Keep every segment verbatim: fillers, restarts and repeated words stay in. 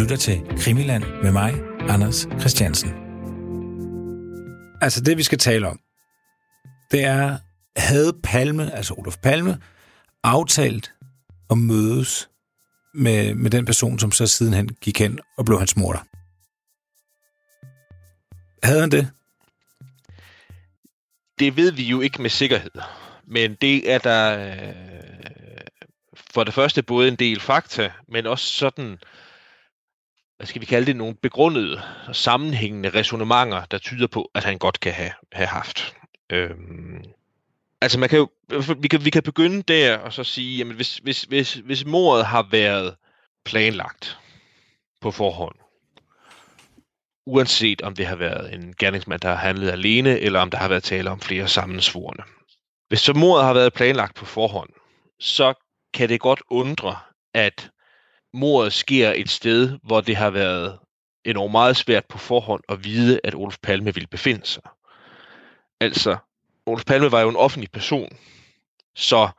lytter til Krimiland med mig, Anders Christiansen. Altså det, vi skal tale om, det er, havde Palme, altså Olof Palme, aftalt at mødes med, med den person, som så sidenhen gik hen og blev hans morder? Havde han det? Det ved vi jo ikke med sikkerhed, men det er der øh, for det første både en del fakta, men også sådan, hvad skal vi kalde det, nogle begrundede og sammenhængende ræsonnementer, der tyder på, at han godt kan have, have haft. Øhm, altså man kan jo, vi kan, vi kan begynde der og så sige, jamen hvis, hvis, hvis, hvis mordet har været planlagt på forhånd, uanset om det har været en gerningsmand, der har handlet alene, eller om der har været tale om flere sammensvorne. Hvis så mordet har været planlagt på forhånd, så kan det godt undre, at mordet sker et sted, hvor det har været enormt meget svært på forhånd at vide, at Olof Palme ville befinde sig. Altså, Olof Palme var jo en offentlig person, så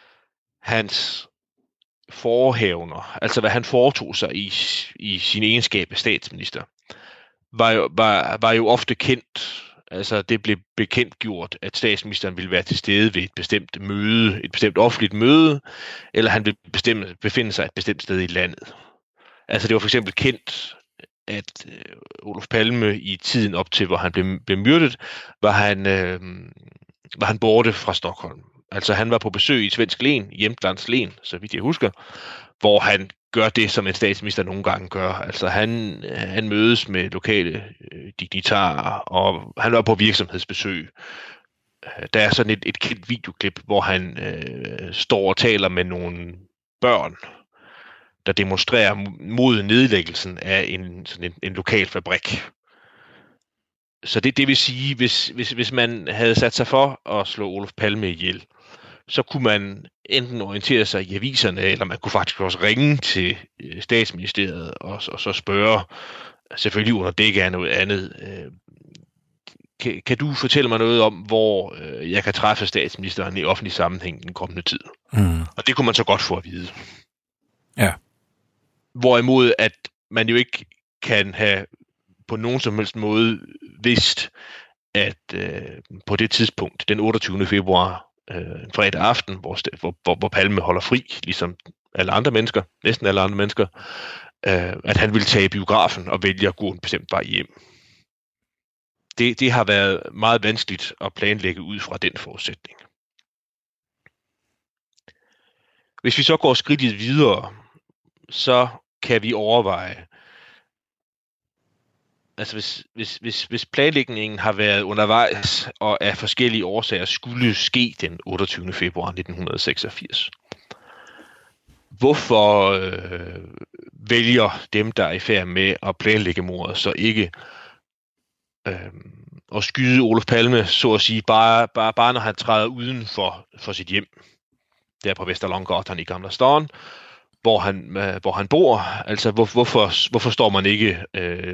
hans forehavender, altså hvad han foretog sig i, i sin egenskab af statsminister, var jo, var, var jo ofte kendt. Altså det blev bekendtgjort, at statsministeren ville være til stede ved et bestemt møde, et bestemt offentligt møde, eller han ville bestemme, befinde sig et bestemt sted i landet. Altså det var for eksempel kendt, at øh, Olof Palme i tiden op til, hvor han blev, blev myrdet, var han, øh, var han borte fra Stockholm. Altså han var på besøg i Svensk Län, Jämtlands Län, så vidt jeg husker, hvor han gør det, som en statsminister nogle gange gør. Altså han, han mødes med lokale øh, dignitarer, og han var på virksomhedsbesøg. Der er sådan et, et kendt videoklip, hvor han øh, står og taler med nogle børn, der demonstrerer mod nedlæggelsen af en, sådan en, en lokal fabrik. Så det, det vil sige, hvis, hvis, hvis man havde sat sig for at slå Olof Palme ihjel, så kunne man enten orientere sig i aviserne, eller man kunne faktisk også ringe til statsministeriet og, og så spørge, selvfølgelig under dække af noget andet. Kan, kan du fortælle mig noget om, hvor jeg kan træffe statsministeren i offentlig sammenhæng den kommende tid? Mm. Og det kunne man så godt få at vide. Ja. Hvorimod, at man jo ikke kan have på nogen som helst måde vidst, at øh, på det tidspunkt, den otteogtyvende februar, en fredag aften, hvor, hvor, hvor Palme holder fri, ligesom alle andre mennesker, næsten alle andre mennesker, øh, at han ville tage biografen og vælge at gå en bestemt vej hjem. Det, det har været meget vanskeligt at planlægge ud fra den forudsætning. Hvis vi så går skridtet videre, så kan vi overveje, altså hvis, hvis, hvis, hvis planlægningen har været undervejs og af forskellige årsager skulle ske den otteogtyvende februar nitten seksogfirs, hvorfor øh, vælger dem, der er i færd med at planlægge mordet, så ikke øh, at skyde Olof Palme, så at sige, bare, bare, bare når han træder uden for, for sit hjem, der på Västerlånggatan i Gamla stan, hvor han, øh, hvor han bor. Altså hvor, hvorfor, hvorfor står man ikke øh,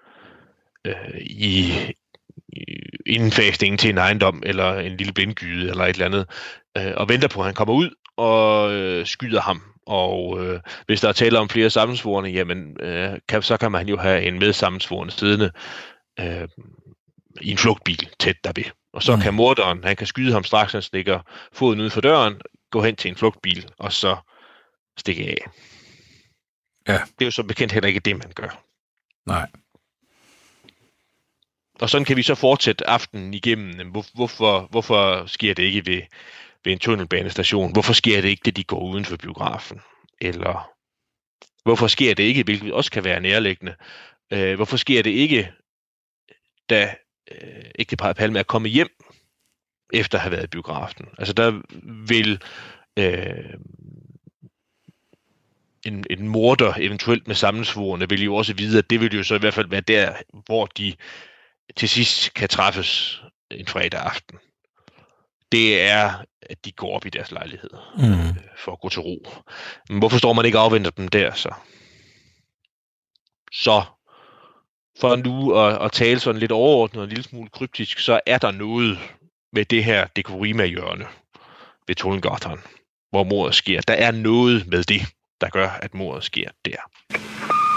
i, i indfasningen til en ejendom, eller en lille blindgyde, eller et eller andet, øh, og venter på, at han kommer ud, og øh, skyder ham. Og øh, hvis der er tale om flere sammensvorne, jamen, øh, kan, så kan man jo have en medsammensvorne siddende øh, i en flugtbil tæt derved. Og så mm. kan morderen, han kan skyde ham straks, han stikker foden ud for døren, gå hen til en flugtbil, og så stikke af. Ja. Det er jo så bekendt heller ikke det, man gør. Nej. Og sådan kan vi så fortsætte aftenen igennem. Hvor, hvorfor, hvorfor sker det ikke ved, ved en tunnelbanestation? Hvorfor sker det ikke, det de går uden for biografen? Eller hvorfor sker det ikke, hvilket også kan være nærliggende? Øh, hvorfor sker det ikke, da øh, ægteparret Palme er kommet hjem efter at have været i biografen? Altså der vil øh, en, en morder, eventuelt med sammensvorne, vil jo også vide, at det vil jo så i hvert fald være der, hvor de til sidst kan træffes en fredag aften. Det er, at de går op i deres lejlighed mm. øh, for at gå til ro. Men hvorfor står man ikke og afventer dem der så? Så for nu at, at tale sådan lidt overordnet og en lille smule kryptisk, så er der noget med det her Dekorima-hjørne ved Tunnelgatan, hvor mordet sker. Der er noget med det, der gør, at mordet sker der.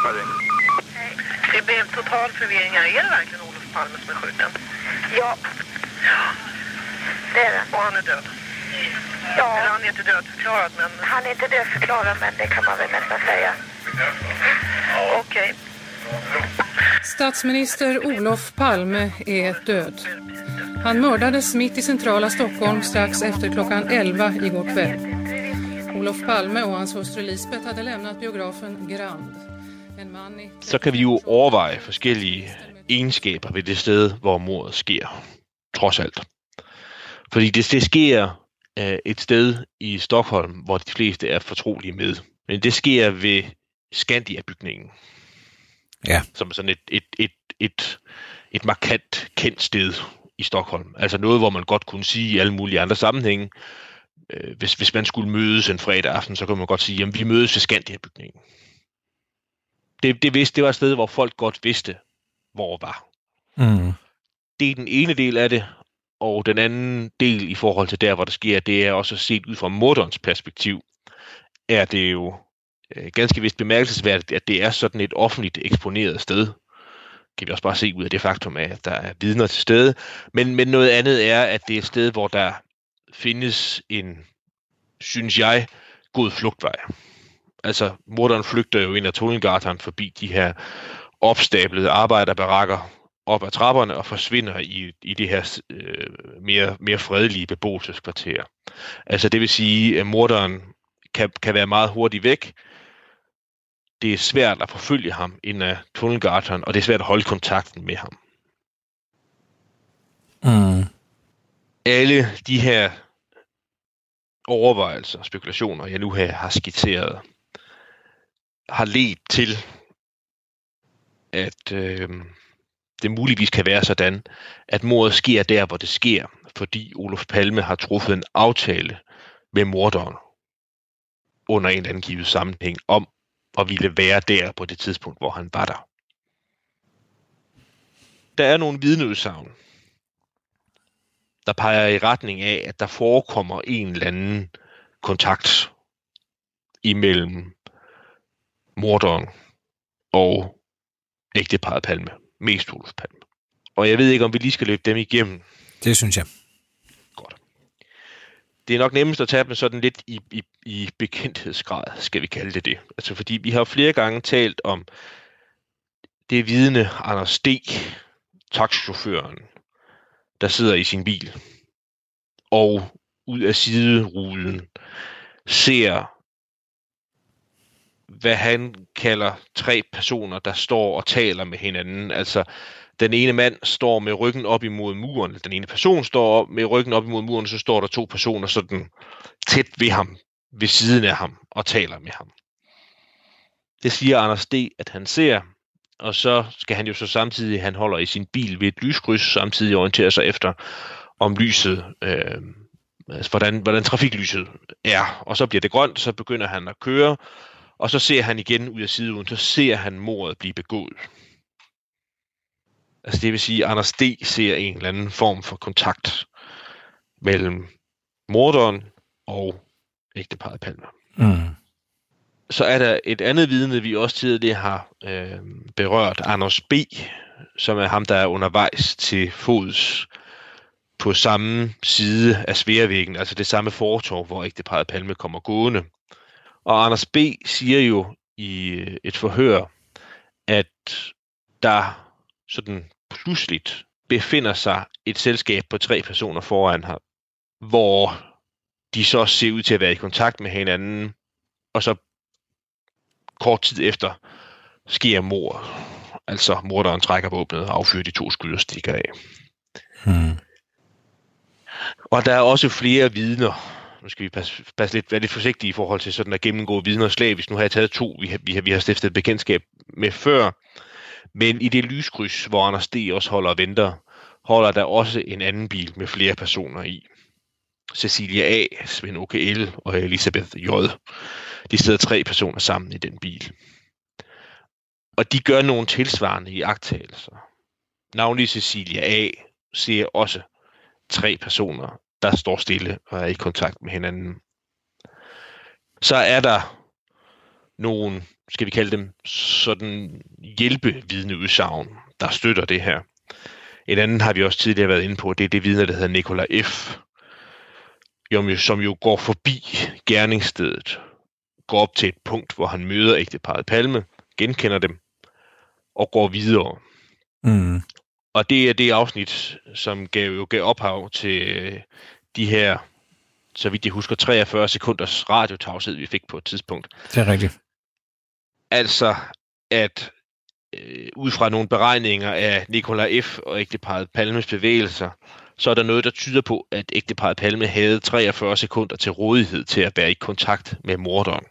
Det blev en total förvirring här. Är det verkligen Olof Palme som är skjuten? Ja. Det är det. Och han är död? Ja. Eller han är inte dödförklarad, men... Han är inte dödförklarad, men det kan man väl nästan säga. Okej. Statsminister Olof Palme är död. Han mördades mitt i centrala Stockholm strax efter klockan elva igår kväll. Olof Palme och hans hustru Lisbeth hade lämnat biografen Grand. En man i... Så kan vi jo overveje forskellige egenskaber ved det sted, hvor mordet sker. Trods alt. Fordi det, det sker øh, et sted i Stockholm, hvor de fleste er fortrolige med. Men det sker ved Skandia-bygningen. Ja. Som er sådan et, et, et, et, et markant kendt sted i Stockholm. Altså noget, hvor man godt kunne sige i alle mulige andre sammenhænge. Øh, hvis, hvis man skulle mødes en fredag aften, så kunne man godt sige, jamen vi mødes ved Skandia-bygningen. Det, det, vidste, det var et sted, hvor folk godt vidste, hvor var. Mm. Det er den ene del af det, og den anden del i forhold til der, hvor det sker, det er også set ud fra morderens perspektiv, er det jo øh, ganske vist bemærkelsesværdigt, at det er sådan et offentligt eksponeret sted. Kan vi også bare se ud af det faktum af, at der er vidner til stede. Men, men noget andet er, at det er et sted, hvor der findes en, synes jeg, god flugtvej. Altså, morderen flygter jo ind ad Tunnelgatan forbi de her opstablede arbejderbarakker op ad trapperne og forsvinder i, i det her øh, mere, mere fredelige beboelseskvarter. Altså, det vil sige, at morderen kan, kan være meget hurtigt væk. Det er svært at forfølge ham ind ad Tunnelgatan, og det er svært at holde kontakten med ham. Mm. Alle de her overvejelser og spekulationer, jeg nu her har skitseret, har ledt til, at øh, det muligvis kan være sådan, at mordet sker der, hvor det sker, fordi Olof Palme har truffet en aftale med morderen under en eller anden givet sammenhæng om at ville være der på det tidspunkt, hvor han var der. Der er nogle vidneudsagn, der peger i retning af, at der forekommer en eller anden kontakt imellem morderen og ægteparret Palme, mest Olof Palme. Og jeg ved ikke, om vi lige skal løbe dem igennem. Det synes jeg. Godt. Det er nok nemmest at tage dem sådan lidt i, i, i bekendthedsgrad, skal vi kalde det det. Altså fordi vi har flere gange talt om det vidne Anders D., taxichaufføren, der sidder i sin bil og ud af sideruden ser, hvad han kalder tre personer, der står og taler med hinanden. Altså, den ene mand står med ryggen op imod muren, den ene person står med ryggen op imod muren, så står der to personer sådan tæt ved ham, ved siden af ham, og taler med ham. Det siger Anders D., at han ser, og så skal han jo så samtidig, han holder i sin bil ved et lyskryds, samtidig orienterer sig efter, om lyset, øh, altså hvordan, hvordan trafiklyset er. Og så bliver det grønt, så begynder han at køre, og så ser han igen ud af siden, så ser han mordet blive begået. Altså det vil sige, at Anders D. ser en eller anden form for kontakt mellem morderen og ægteparret Palme. Mm. Så er der et andet vidne, vi også tidligere har øh, berørt, Anders B., som er ham, der er undervejs til fods på samme side af Sværvæggen, altså det samme fortorv, hvor ægteparret Palme kommer gående. Og Anders B. siger jo i et forhør, at der sådan pludseligt befinder sig et selskab på tre personer foran ham, hvor de så ser ud til at være i kontakt med hinanden, og så kort tid efter sker mord. Altså morderen trækker våbnet og affyrer de to skud og stikker af. Hmm. Og der er også flere vidner. Nu skal vi passe, passe lidt, være lidt forsigtige i forhold til sådan at gennemgå vidner slavisk. Nu har jeg taget to, vi har, vi har, vi har stiftet bekendtskab med før. Men i det lyskryds, hvor Anders D. også holder og venter, holder der også en anden bil med flere personer i. Cecilia A., Svend O K L og Elisabeth J. De sidder tre personer sammen i den bil. Og de gør nogle tilsvarende iagttagelser. Navnlig Cecilia A. ser også tre personer, der står stille og er i kontakt med hinanden. Så er der nogle, skal vi kalde dem, sådan hjælpevidneudsagn, der støtter det her. En anden har vi også tidligere været inde på, det er det vidne, der hedder Nikolaj F., som jo går forbi gerningsstedet, går op til et punkt, hvor han møder ægteparret Palme, genkender dem, og går videre. Mm. Og det er det afsnit, som gav, jo gav ophav til de her, så vidt jeg husker, treogfyrre sekunders radiotavshed, vi fik på et tidspunkt. Det er rigtigt. Altså, at øh, ud fra nogle beregninger af Nikolaj F. og ægteparret Palmes bevægelser, så er der noget, der tyder på, at ægteparret Palme havde treogfyrre sekunder til rådighed til at være i kontakt med morderen.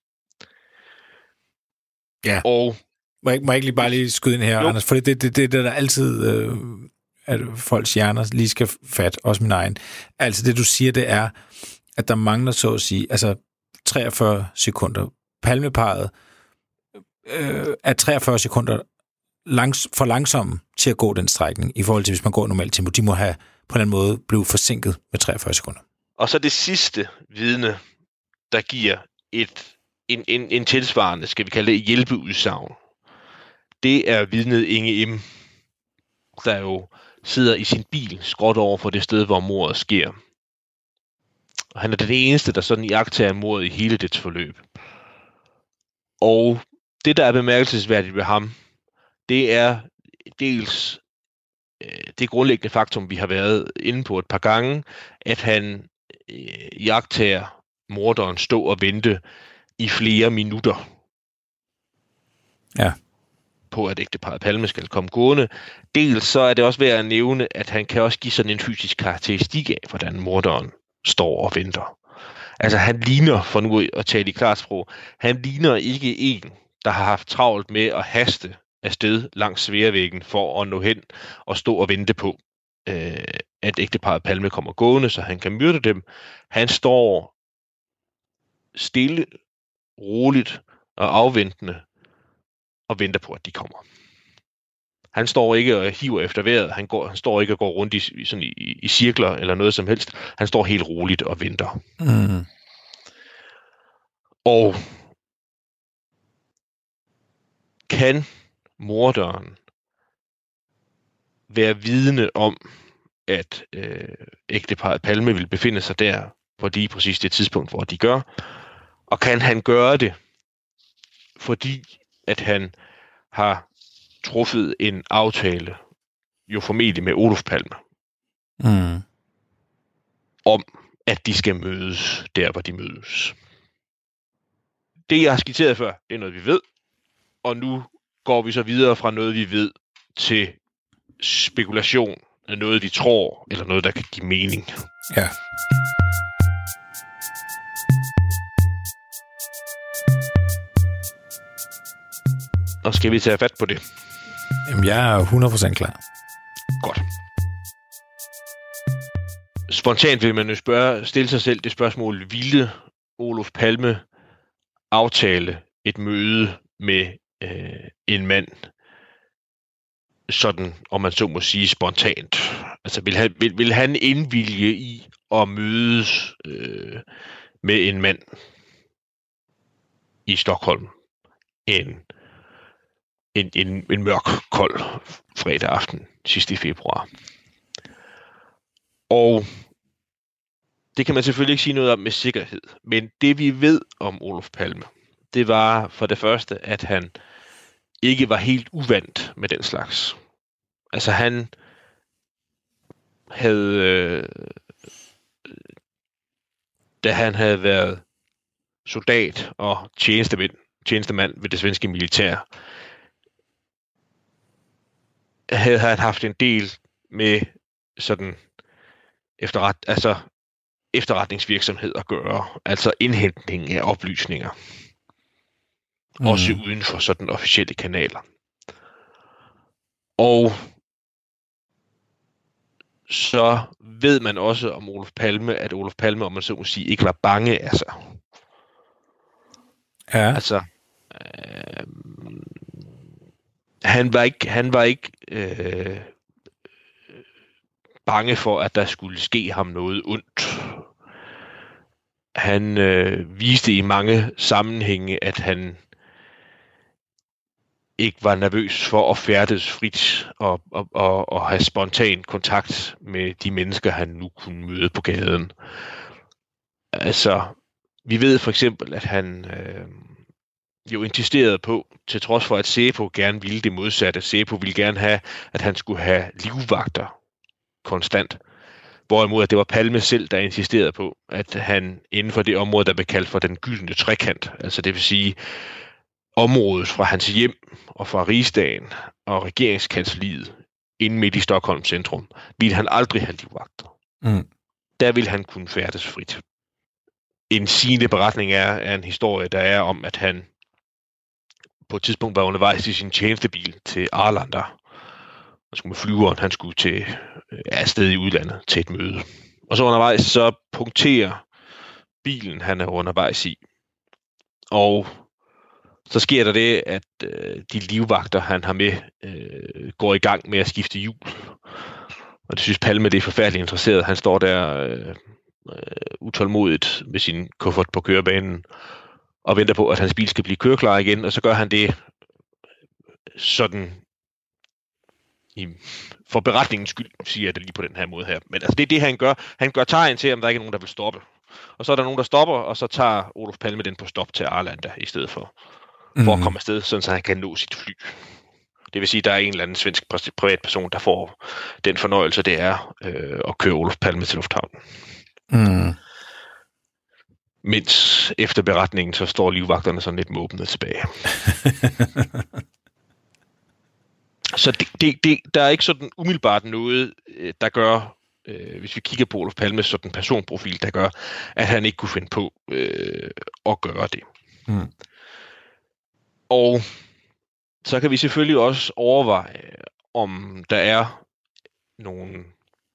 Ja. Og Må jeg, må jeg ikke lige bare lige skyde ind her, jo. Anders? For det er det, det, det, der altid, øh, at folks hjerner lige skal fatte, også min egen. Altså det, du siger, det er, at der mangler så at sige, altså treogfyrre sekunder. Palmeparret øh, er treogfyrre sekunder langs, for langsomme til at gå den strækning, i forhold til, hvis man går normalt tempo. De må have på en eller anden måde blive forsinket med treogfyrre sekunder. Og så det sidste vidne, der giver et, en, en, en tilsvarende, skal vi kalde det, hjælpeudsagn. Det er vidnet Inge M., der jo sidder i sin bil skråt over for det sted, hvor mordet sker. Og han er den eneste, der sådan iagttager mordet i hele dets forløb. Og det, der er bemærkelsesværdigt ved ham, det er dels øh, det grundlæggende faktum, vi har været inde på et par gange, at han øh, iagttager morderen stå og vente i flere minutter. Ja. På, at ægteparret Palme skal komme gående. Dels så er det også værd at nævne, at han kan også give sådan en fysisk karakteristik af, hvordan morderen står og venter. Altså han ligner, for nu at tale i klart sprog, han ligner ikke en, der har haft travlt med at haste afsted langs Sværvæggen for at nå hen og stå og vente på, øh, at ægteparret Palme kommer gående, så han kan myrde dem. Han står stille, roligt og afventende og venter på, at de kommer. Han står ikke og hiver efter vejret. Han, går, han står ikke og går rundt i, sådan i, i cirkler eller noget som helst. Han står helt roligt og venter. Mm. Og kan morderen være vidne om, at øh, ægteparret Palme vil befinde sig der på lige præcis det tidspunkt, hvor de gør? Og kan han gøre det, fordi at han har truffet en aftale, jo formentlig med Olof Palme, Mm. om at de skal mødes der, hvor de mødes. Det, jeg har skitseret før, det er noget, vi ved, og nu går vi så videre fra noget, vi ved, til spekulation af noget, de tror, eller noget, der kan give mening. Ja. Og skal vi tage fat på det? Jamen, jeg er hundrede procent klar. Godt. Spontant vil man jo spørge, stille sig selv det spørgsmål, ville Olof Palme aftale et møde med øh, en mand, sådan, om man så må sige, spontant? Altså, vil han, vil, vil han indvilge i at mødes øh, med en mand i Stockholm en En, en, en mørk, kold fredag aften sidste i februar. Og det kan man selvfølgelig ikke sige noget om med sikkerhed. Men det vi ved om Olof Palme, det var for det første, at han ikke var helt uvant med den slags. Altså han havde, øh, da han havde været soldat og tjenestemand, tjenestemand ved det svenske militær, havde han haft en del med sådan efterret, altså efterretningsvirksomhed at gøre, altså indhentning af oplysninger, mm. også uden for sådan officielle kanaler. Og så ved man også om Olof Palme, at Olof Palme, om man så må sige, ikke var bange af sig. Ja. Altså, øh, han var ikke, han var ikke øh, bange for, at der skulle ske ham noget ondt. Han han øh, viste i mange sammenhænge, at han ikke var nervøs for at færdes frit og, og, og, og have spontan kontakt med de mennesker, han nu kunne møde på gaden. Altså, vi ved for eksempel, at han øh, jo insisterede på, til trods for at Säpo gerne ville det modsatte. Säpo ville gerne have, at han skulle have livvagter konstant. Hvorimod at det var Palme selv, der insisterede på, at han inden for det område, der blev kaldt for den gyldne trekant, altså det vil sige området fra hans hjem og fra Rigsdagen og regeringskancelliet inde midt i Stockholms centrum, ville han aldrig have livvagter. Mm. Der ville han kunne færdes frit. En sigende beretning er, er en historie, der er om, at han på et tidspunkt var undervejs i sin tjenestebil til Arlanda. Han skulle med flyveren, han skulle til afsted i udlandet til et møde. Og så undervejs, så punkterer bilen, han er undervejs i. Og så sker der det, at øh, de livvagter, han har med, øh, går i gang med at skifte hjul. Og det synes Palme, det er forfærdeligt interesseret. Han står der øh, øh, utålmodigt med sin kuffert på kørebanen og venter på, at hans bil skal blive køreklar igen. Og så gør han det sådan i, for beretningens skyld, siger jeg det lige på den her måde her. Men altså, det er det, han gør. Han gør tegn til, om der ikke er nogen, der vil stoppe. Og så er der nogen, der stopper, og så tager Olof Palme den på stop til Arlanda i stedet for. For at komme afsted, sådan så han kan nå sit fly. Det vil sige, at der er en eller anden svensk privatperson, der får den fornøjelse, det er øh, at køre Olof Palme til lufthavnen. Mm. Mens efter beretningen, så står livvagterne sådan lidt måbende tilbage. Så det, det, det, der er ikke sådan umiddelbart noget, der gør, øh, hvis vi kigger på Olof Palmes sådan personprofil, der gør, at han ikke kunne finde på øh, at gøre det. Mm. Og så kan vi selvfølgelig også overveje, om der er nogle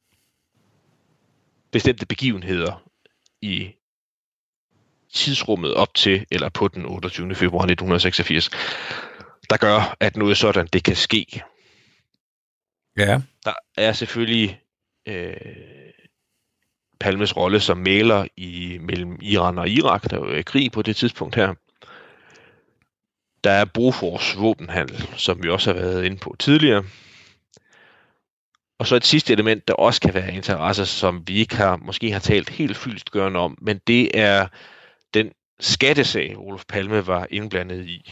bestemte begivenheder i tidsrummet op til eller på den otteogtyvende februar nitten seksogfirs, der gør, at noget sådan det kan ske. Ja. Der er selvfølgelig øh, Palmes rolle som mægler i mellem Iran og Irak, der er krig på det tidspunkt her. Der er Bofors våbenhandel, som vi også har været inde på tidligere. Og så et sidste element, der også kan være interesse, som vi ikke har måske har talt helt fyldestgørende om, men det er den skattesag, Olof Palme var indblandet i.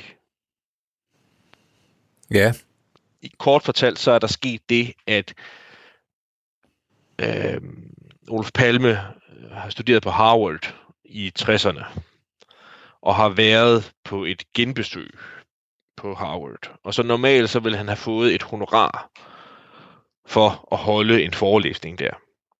Ja. I kort fortalt, så er der sket det, at øh, Olof Palme har studeret på Harvard i tresserne, og har været på et genbesøg på Harvard. Og så normalt så vil han have fået et honorar for at holde en forelæsning der.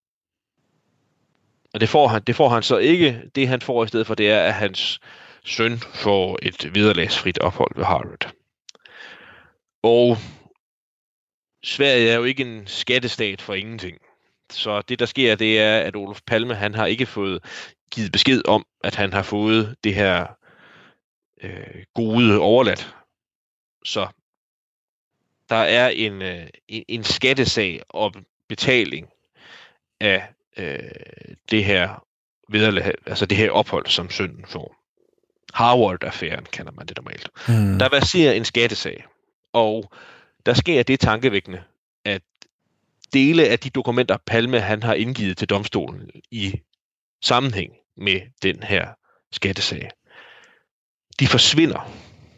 Og det får han, det får han så ikke. Det han får i stedet for, det er, at hans søn får et vederlagsfrit ophold ved Harvard. Og Sverige er jo ikke en skattestat for ingenting. Så det, der sker, det er, at Olof Palme, han har ikke fået givet besked om, at han har fået det her øh, gode overladt. Så der er en, øh, en, en skattesag og betaling af øh, det her vederlag, altså det her ophold, som sønnen får. Harvard-affæren kalder man det normalt. Mm. Der verserer en skattesag, og der sker det tankevækkende, at dele af de dokumenter, Palme han har indgivet til domstolen i sammenhæng med den her skattesag, de forsvinder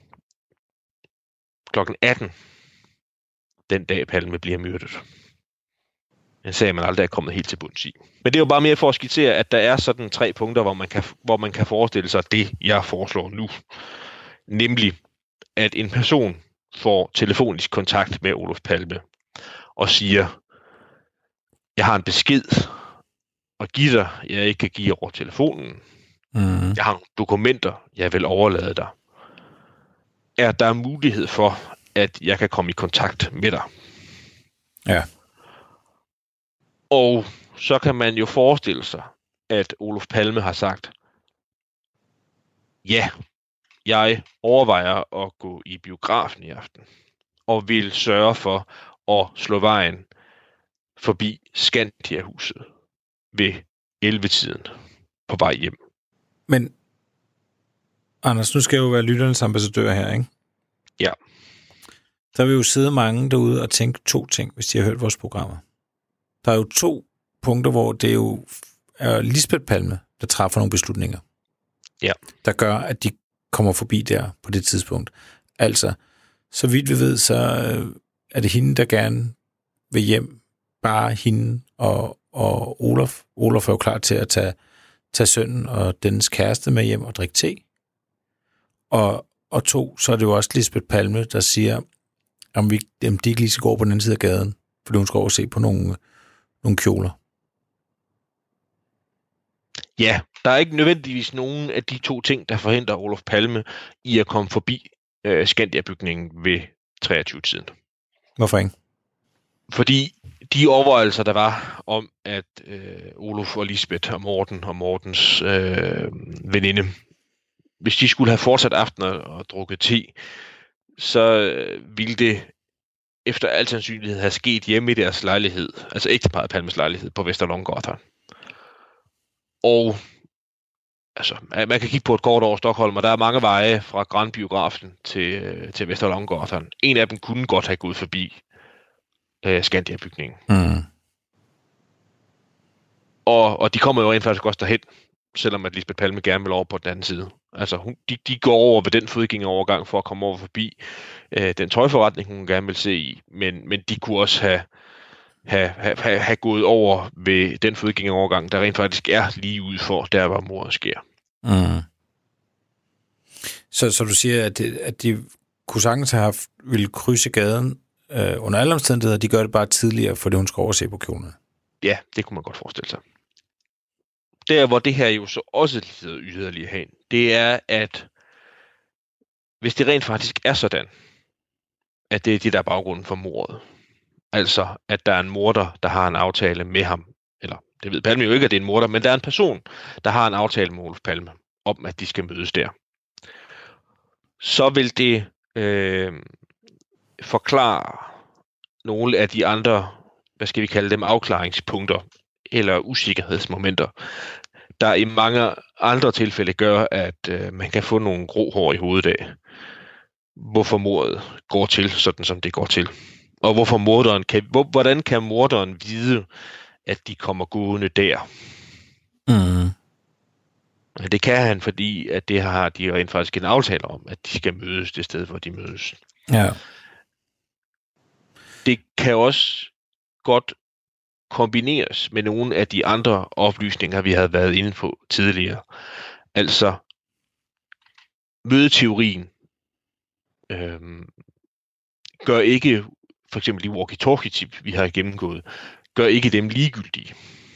klokken atten, den dag Palme bliver myrdet. En sag, man aldrig er kommet helt til bunds i. Men det er jo bare mere for at skitsere, at der er sådan tre punkter, hvor man kan, hvor man kan forestille sig det, jeg foreslår nu. Nemlig, at en person får telefonisk kontakt med Olof Palme og siger, jeg har en besked at give dig, jeg ikke kan give over telefonen. Mm. Jeg har dokumenter, jeg vil overlade dig. Er der mulighed for, at jeg kan komme i kontakt med dig? Ja. Og så kan man jo forestille sig, at Olof Palme har sagt, ja, jeg overvejer at gå i biografen i aften, og vil sørge for at slå vejen forbi Skandia-huset ved elleve-tiden på vej hjem. Men, Anders, nu skal jeg jo være lytternes ambassadør her, ikke? Ja. Der vil jo sidde mange derude og tænke to ting, hvis de har hørt vores programmer. Der er jo to punkter, hvor det jo er Lisbeth Palme, der træffer nogle beslutninger. Ja. Der gør, at de kommer forbi der på det tidspunkt. Altså, så vidt vi ved, så er det hende, der gerne vil hjem. Bare hende og, og Olof. Olof er jo klar til at tage, tage sønnen og dennes kæreste med hjem og drikke te. Og, og to, så er det jo også Lisbeth Palme, der siger, om vi, om de ikke lige skal gå på den anden side af gaden, fordi hun skal over og se på nogle, nogle kjoler. Ja, der er ikke nødvendigvis nogen af de to ting, der forhindrer Olof Palme i at komme forbi øh, Skandia-bygningen ved treogtyve-tiden. Hvorfor ikke? Fordi de overvejelser, der var om, at øh, Olof og Lisbeth og Morten og Mortens øh, veninde, hvis de skulle have fortsat aftenen og drukket te, så øh, ville det efter al sandsynlighed have sket hjemme i deres lejlighed, altså ægteparret Palmes lejlighed på Vesterlånggatan. Og altså, man kan kigge på et kort over Stockholm, og der er mange veje fra Grandbiografen til, til Vesterlånggatan. En af dem kunne godt have gået forbi øh, Skandia-bygningen. Mm. Og, og de kommer jo rent faktisk også derhen, selvom at Lisbeth Palme gerne vil over på den anden side. Altså, hun, de, de går over ved den fodgængerovergang for at komme over forbi øh, den tøjforretning, hun gerne vil se i. Men, men de kunne også have, have, have, have gået over ved den fodgængerovergang, der rent faktisk er lige ude for, der hvor mordet sker. Mm. Så, så du siger, at, det, at de kunne sagtens have haft, ville krydse gaden øh, under alle omstændigheder, de gør det bare tidligere, fordi hun skal overse på kjolene? Ja, det kunne man godt forestille sig. Der, hvor det her jo så også sidder yderligere hen, det er, at hvis det rent faktisk er sådan, at det er det, der er baggrunden for mordet, altså at der er en morder, der har en aftale med ham, eller det ved Palme jo ikke, at det er en morder, men der er en person, der har en aftale med Olof Palme, om at de skal mødes der, så vil det øh, forklare nogle af de andre, hvad skal vi kalde dem, afklaringspunkter, eller usikkerhedsmomenter, der i mange andre tilfælde gør, at øh, man kan få nogle grå hår i hovedet af, hvorfor mordet går til, sådan som det går til. Og hvorfor morderen kan, hvor, hvordan kan morderen vide, at de kommer gående der? Mm. Det kan han, fordi at det har de rent faktisk en aftale om, at de skal mødes det sted, hvor de mødes. Ja. Det kan også godt kombineres med nogle af de andre oplysninger, vi havde været inde på tidligere. Altså mødeteorien øhm, gør ikke, for eksempel de walkie-talkie-tip, vi har gennemgået, gør ikke dem ligegyldige.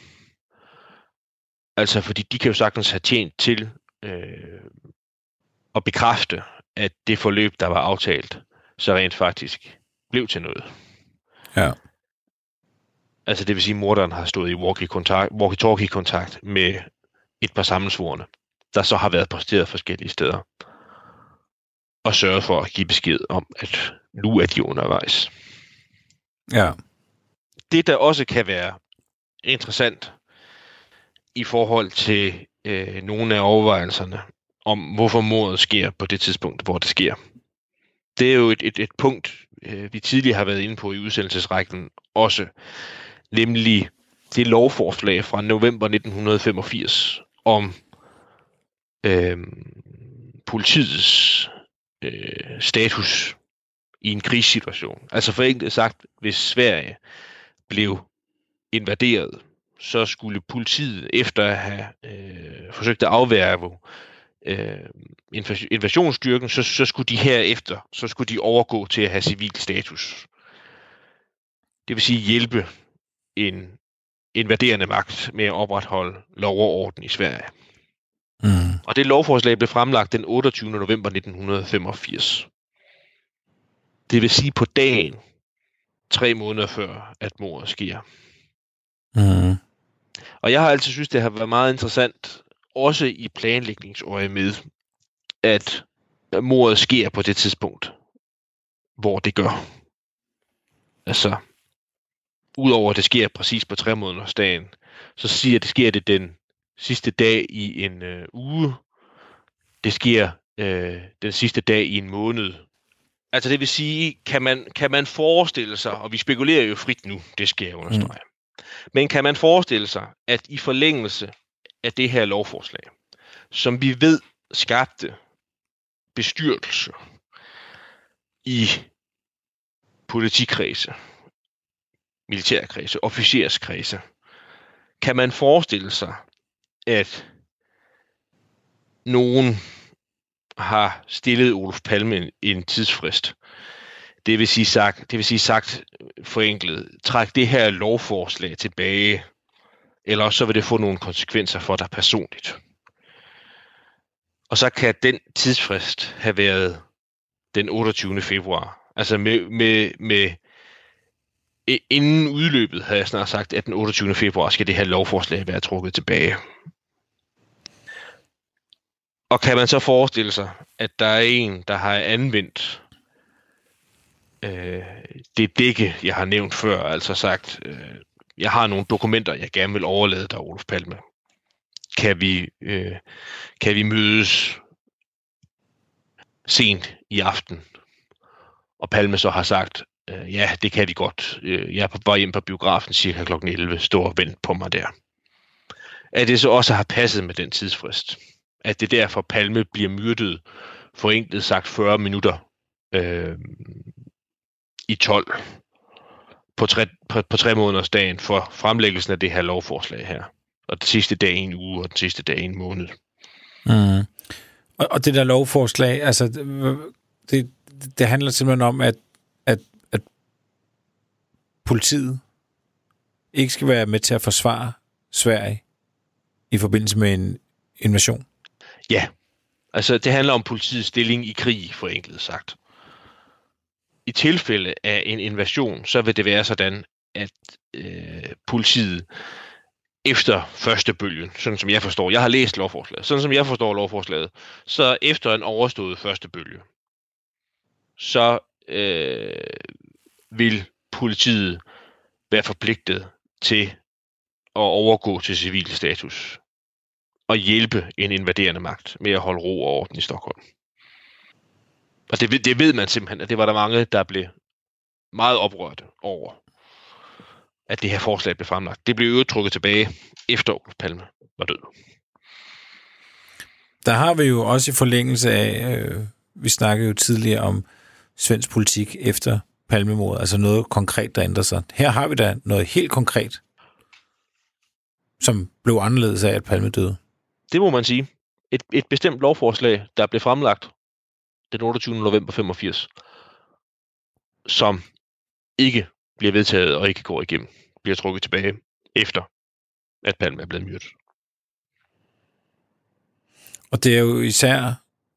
Altså fordi de kan jo sagtens have tjent til øh, at bekræfte, at det forløb, der var aftalt, så rent faktisk blev til noget. Ja. Altså det vil sige, at morderen har stået i walkie-talkie-kontakt med et par sammensvorne, der så har været posteret forskellige steder, og sørget for at give besked om, at nu er de undervejs. Ja. Det, der også kan være interessant i forhold til øh, nogle af overvejelserne om, hvorfor mordet sker på det tidspunkt, hvor det sker. Det er jo et, et, et punkt, øh, vi tidligere har været inde på i udsendelsesrækken også, nemlig det lovforslag fra november nitten femogfirs om øh, politiets øh, status i en krigssituation. Altså for enkelt sagt, hvis Sverige blev invaderet, så skulle politiet efter at have øh, forsøgt at afværge øh, invasionsstyrken, så, så skulle de herefter, så skulle de overgå til at have civil status. Det vil sige hjælpe en invaderende magt med at opretholde lov og orden i Sverige. Mm. Og det lovforslag blev fremlagt den otteogtyvende november nitten femogfirs. Det vil sige på dagen, tre måneder før, at mordet sker. Mm. Og jeg har altid synes, det har været meget interessant, også i planlægningsøje med, at mordet sker på det tidspunkt, hvor det gør. Altså, udover at det sker præcis på tre månedersdagen, så siger det, sker det den sidste dag i en øh, uge. Det sker øh, den sidste dag i en måned. Altså det vil sige, kan man, kan man forestille sig, og vi spekulerer jo frit nu, det skal jeg understrege, mm. men kan man forestille sig, at i forlængelse af det her lovforslag, som vi ved skabte bestyrtelse i politikredse, militærkredse, officerskredse, kan man forestille sig, at nogen har stillet Olof Palme en tidsfrist. Det vil sige sagt, det vil sige sagt forenklet, træk det her lovforslag tilbage, eller så vil det få nogle konsekvenser for dig personligt. Og så kan den tidsfrist have været den otteogtyvende februar. Altså med, med, med inden udløbet havde jeg snart sagt, at den otteogtyvende februar skal det her lovforslag være trukket tilbage. Og kan man så forestille sig, at der er en, der har anvendt øh, det dække, jeg har nævnt før, altså sagt, øh, jeg har nogle dokumenter, jeg gerne vil overlade dig, Olof Palme. Kan vi, øh, kan vi mødes sent i aften? Og Palme så har sagt, øh, ja, det kan de godt. Jeg er på vej hjem på biografen cirka klokken elleve, stå og vent på mig der. At det så også har passet med den tidsfrist. At det derfor Palme bliver myrdet, forenklet sagt fyrre minutter øh, i tolv på tre, på, på tre måneders dagen for fremlæggelsen af det her lovforslag her. Og den sidste dag i en uge, og den sidste dag i en måned. Mm. Og, og det der lovforslag, altså det, det handler simpelthen om, at, at, at politiet ikke skal være med til at forsvare Sverige i forbindelse med en invasion. Ja, altså det handler om politiets stilling i krig, forenklet sagt. I tilfælde af en invasion, så vil det være sådan, at øh, politiet efter første bølgen, sådan som jeg forstår, jeg har læst lovforslaget, sådan som jeg forstår lovforslaget, så efter en overstået første bølge, så øh, vil politiet være forpligtet til at overgå til civil status og hjælpe en invaderende magt med at holde ro og orden i Stockholm. Og det, det ved man simpelthen, at det var der mange, der blev meget oprørte over, at det her forslag blev fremlagt. Det blev jo trukket tilbage efter Olof Palme var død. Der har vi jo også i forlængelse af, øh, vi snakkede jo tidligere om svensk politik efter Palmemordet, altså noget konkret, der ændrer sig. Her har vi da noget helt konkret, som blev anderledes af, at Palme døde. Det må man sige. Et, et bestemt lovforslag, der blev fremlagt den otteogtyvende november femogfirs, som ikke bliver vedtaget og ikke går igennem, bliver trukket tilbage efter, at Palme er blevet myrdet. Og det er jo især,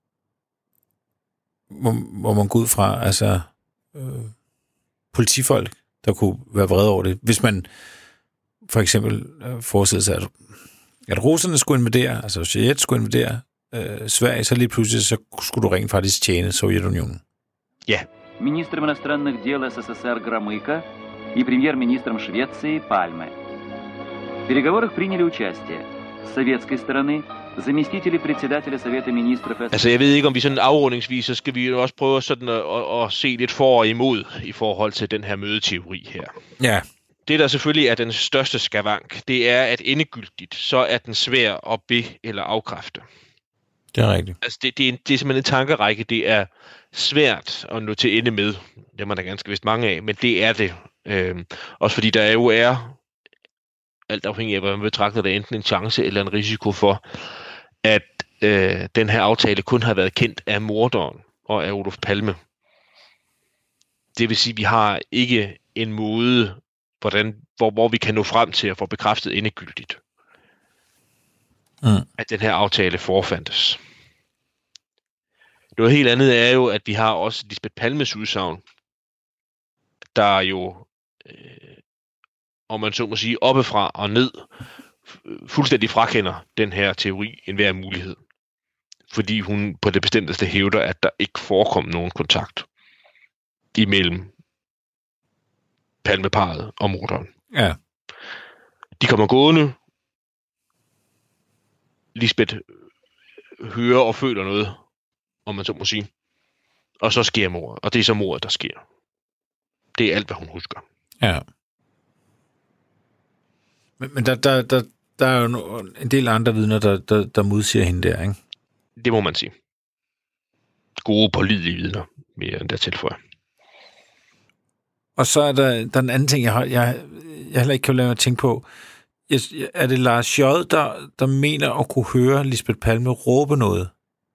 hvor, hvor man går ud fra, altså øh, politifolk, der kunne være vrede over det. Hvis man for eksempel øh, forestiller sig, at, at russerne skulle invadere, altså Sovjet skulle invadere øh, Sverige, så lige pludselig så skulle du rent faktisk tjene Sovjetunionen. Ja. Министром иностранных дел СССР Громыко и премьер-министром Швеции Пальме. В переговорах приняли участие с советской стороны заместители председателя Совета министров СССР. Altså jeg ved ikke, om vi sådan afrundingsvis, så skal vi jo også prøve sådan at, at, at se lidt for og imod i forhold til den her mødeteori her. Ja. Det, der selvfølgelig er den største skavank, det er, at endegyldigt, så er den svær at be- eller afkræfte. Det er rigtigt. Altså det, det, er, det er simpelthen en tankerække, det er svært at nå til ende med. Det er man da ganske vist mange af, men det er det. Øhm, også fordi der jo er, alt afhængig af, hvad man betragter det, enten en chance eller en risiko for, at øh, den her aftale kun har været kendt af morderen og af Olof Palme. Det vil sige, at vi har ikke en måde, hvordan, hvor, hvor vi kan nå frem til at få bekræftet endegyldigt, mm. at den her aftale forfandtes. Noget helt andet er jo, at vi har også Lisbeth Palmes udsagn, der jo, øh, om man så må sige, oppefra og ned, fuldstændig frakender den her teori enhver mulighed. Fordi hun på det bestemteste hævder, at der ikke forekom nogen kontakt imellem Palmeparret og morderen. Ja. De kommer gående Lisbeth hører og føler noget, om man så må sige. Og så sker mordet, og det er så mordet, der sker. Det er alt, hvad hun husker. Ja. Men, men der, der, der, der er jo en del andre vidner, der, der, der modsiger hende der, ikke? Det må man sige. Gode, pålidelige vidner, mere end der tilføjer. Og så er der, der er en anden ting, jeg, har, jeg, jeg heller ikke kan lade mig at tænke på. Jeg, er det Lars J., der, der mener at kunne høre Lisbeth Palme råbe noget?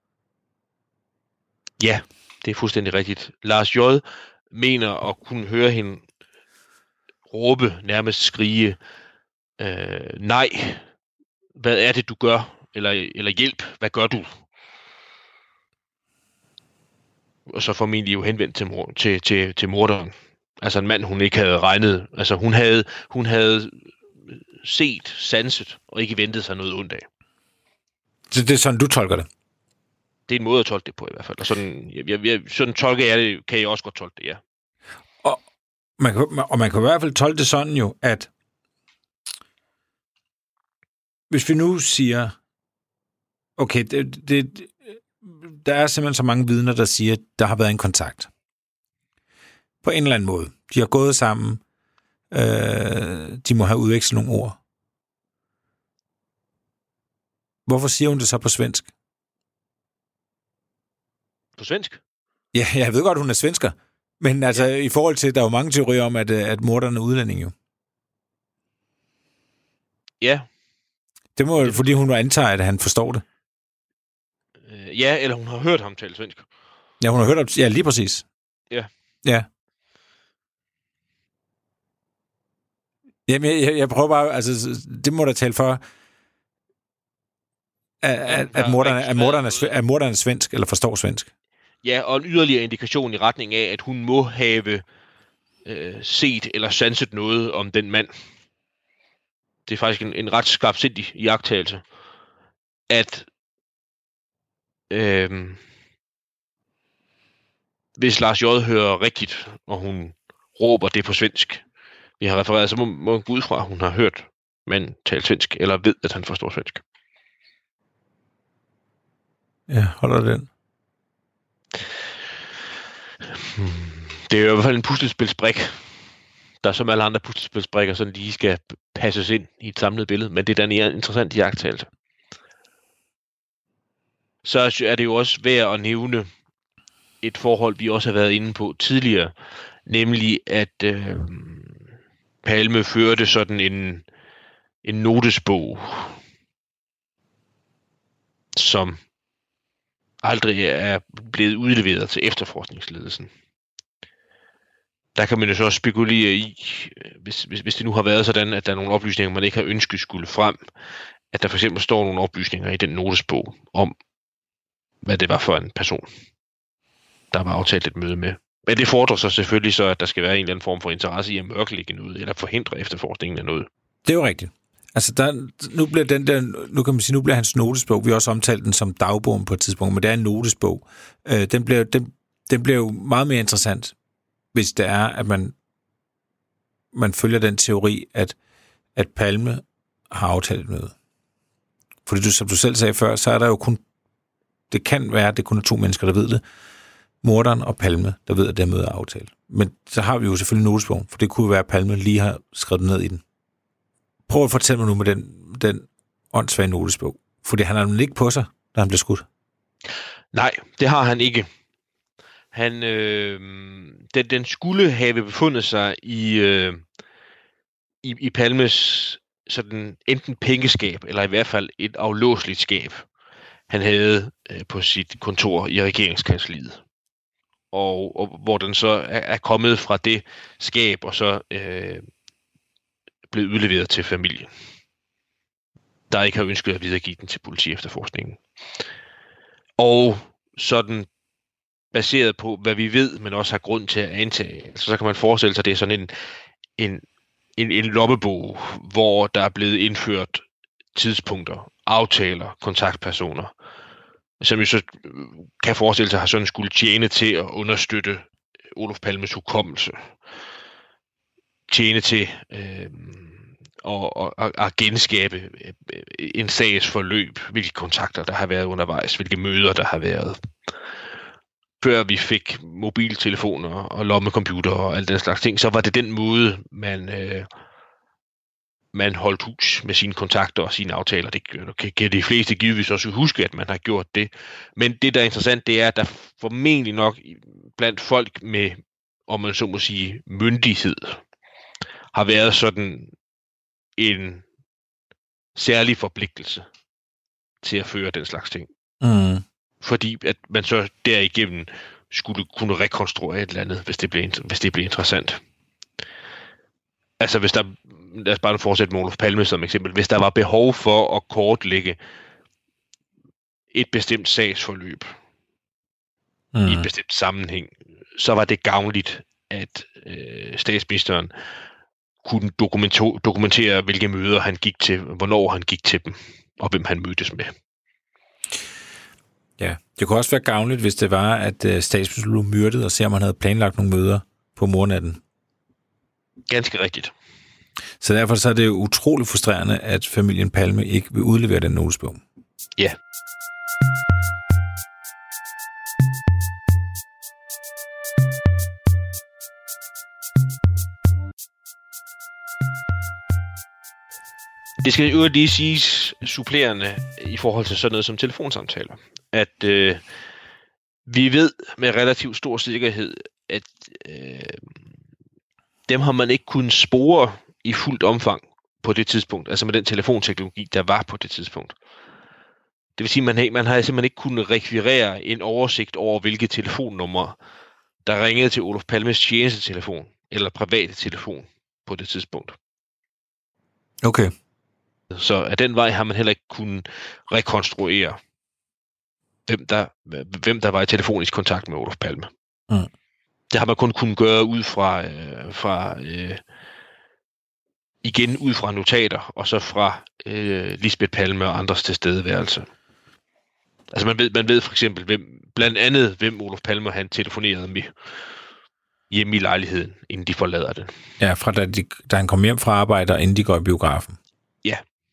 Ja, det er fuldstændig rigtigt. Lars J. mener at kunne høre hende råbe, nærmest skrige, øh, nej, hvad er det, du gør? Eller, eller hjælp, hvad gør du? Og så formentlig jo henvendt til, mor, til, til, til morderen. Altså en mand, hun ikke havde regnet. Altså hun havde, hun havde set, sanset, og ikke ventet sig noget ondt af. Så det er sådan, du tolker det? Det er en måde at tolke det på i hvert fald. Og sådan, jeg, jeg, sådan tolker jeg det, kan jeg også godt tolke det, ja. Og man, kan, og man kan i hvert fald tolke det sådan jo, at hvis vi nu siger, okay, det, det, der er simpelthen så mange vidner, der siger, at der har været en kontakt. På en eller anden måde. De har gået sammen. Øh, de må have udvekslet nogle ord. Hvorfor siger hun det så på svensk? På svensk? Ja, jeg ved godt, hun er svensker. Men altså, ja. I forhold til, der er jo mange teorier om, at, at morderen er udlænding jo. Ja. Det må jo, fordi hun antager, at han forstår det. Ja, eller hun har hørt ham tale svensk. Ja, hun har hørt ham. Ja, lige præcis. Ja. Ja. Jamen, jeg, jeg prøver bare, altså, det må da tale for, at, at, at morderen, at, morderen er, at morderen er svensk, eller forstår svensk. Ja, og en yderligere indikation i retning af, at hun må have øh, set eller sanset noget om den mand. Det er faktisk en, en ret skarpsindig iagttagelse, at øh, hvis Lars J. hører rigtigt, og hun råber det på svensk, vi har refereret, så må man gå ud fra, at hun har hørt mand tale svensk, eller ved, at han forstår svensk. Ja, holder den. Det er jo i hvert fald en puslespilsbrik, der som alle andre puslespilsbrikker sådan lige skal passes ind i et samlet billede, men det er da en interessant iagttagelse. Så er det jo også værd at nævne et forhold, vi også har været inde på tidligere, nemlig at øh, Palme førte sådan en, en notesbog, som aldrig er blevet udleveret til efterforskningsledelsen. Der kan man jo så spekulere i, hvis, hvis, hvis det nu har været sådan, at der er nogle oplysninger, man ikke har ønsket skulle frem, at der for eksempel står nogle oplysninger i den notesbog om, hvad det var for en person, der var aftalt et møde med. Men det fordrer så selvfølgelig så, at der skal være en eller anden form for interesse i at mørklægge noget, eller forhindre efterforskningen af noget. Det er jo rigtigt. Altså, der, nu bliver den der, nu kan man sige, nu bliver hans notesbog, vi har også omtalt den som dagbogen på et tidspunkt, men det er en notesbog. Øh, den, bliver, den, den bliver jo meget mere interessant, hvis det er, at man, man følger den teori, at, at Palme har aftalt noget. Fordi du, som du selv sagde før, så er der jo kun, det kan være, at det kun er to mennesker, der ved det. Morderen og Palme, der ved, at det her møde er aftalt. Men så har vi jo selvfølgelig notesbogen, for det kunne være, at Palme lige har skrevet ned i den. Prøv at fortælle mig nu med den, den åndssvage notesbog. Fordi han har den ikke på sig, da han blev skudt. Nej, det har han ikke. Han, øh, den, den skulle have befundet sig i, øh, i, i Palmes sådan enten pengeskab, eller i hvert fald et aflåseligt skab, han havde øh, på sit kontor i regeringskansliet. Og, og hvor den så er, er kommet fra det skab, og så øh, blevet udleveret til familien, der ikke har ønsket at videregive den til politi efterforskningen. Og sådan baseret på, hvad vi ved, men også har grund til at antage, altså, så kan man forestille sig, at det er sådan en, en, en, en lommebog, hvor der er blevet indført tidspunkter, aftaler, kontaktpersoner, som jo så kan forestille sig, at har sådan skulle tjene til at understøtte Olof Palmes hukommelse. Tjene til øh, og, og, og genskabe en sags forløb, hvilke kontakter der har været undervejs, hvilke møder der har været. Før vi fik mobiltelefoner og lommecomputer og alt den slags ting, så var det den måde, man, øh, man holdt hus med sine kontakter og sine aftaler. Det kan de fleste givetvis også huske, at man har gjort det. Men det, der er interessant, det er, at der formentlig nok blandt folk med, om man så må sige, myndighed, har været sådan en særlig forpligtelse til at føre den slags ting. Mm. Fordi at man så derigennem skulle kunne rekonstruere et eller andet, hvis det blev, hvis det blev interessant. Altså hvis der, lad os bare fortsætte med Olof Palme som eksempel, hvis der var behov for at kortlægge et bestemt sagsforløb mm. i et bestemt sammenhæng, så var det gavnligt, at øh, statsministeren kunne dokumentere, hvilke møder han gik til, hvornår han gik til dem, og hvem han mødtes med. Ja, det kunne også være gavnligt, hvis det var, at statsministeren blev myrdet, og se, om han havde planlagt nogle møder på mornatten. Ganske rigtigt. Så derfor så er det jo utroligt frustrerende, at familien Palme ikke vil udlevere den notesbog. Ja. Det skal jo lige siges supplerende i forhold til sådan noget som telefonsamtaler, at øh, vi ved med relativt stor sikkerhed, at øh, dem har man ikke kunnet spore i fuldt omfang på det tidspunkt, altså med den telefonteknologi, der var på det tidspunkt. Det vil sige, at man, man har simpelthen ikke kunnet rekvirere en oversigt over, hvilke telefonnumre, der ringede til Olof Palmes tjenestetelefon eller private telefon på det tidspunkt. Okay. Så af den vej har man heller ikke kunnet rekonstruere, hvem der, hvem der var i telefonisk kontakt med Olof Palme. Mm. Det har man kun kunnet gøre ud fra, øh, fra øh, igen ud fra notater, og så fra øh, Lisbeth Palme og andres tilstedeværelse. Altså man ved, man ved for eksempel, hvem, blandt andet, hvem Olof Palme han telefonerede med hjemme i lejligheden, inden de forlader den. Ja, fra da, de, da han kom hjem fra arbejde, og inden de går i biografen. Ja.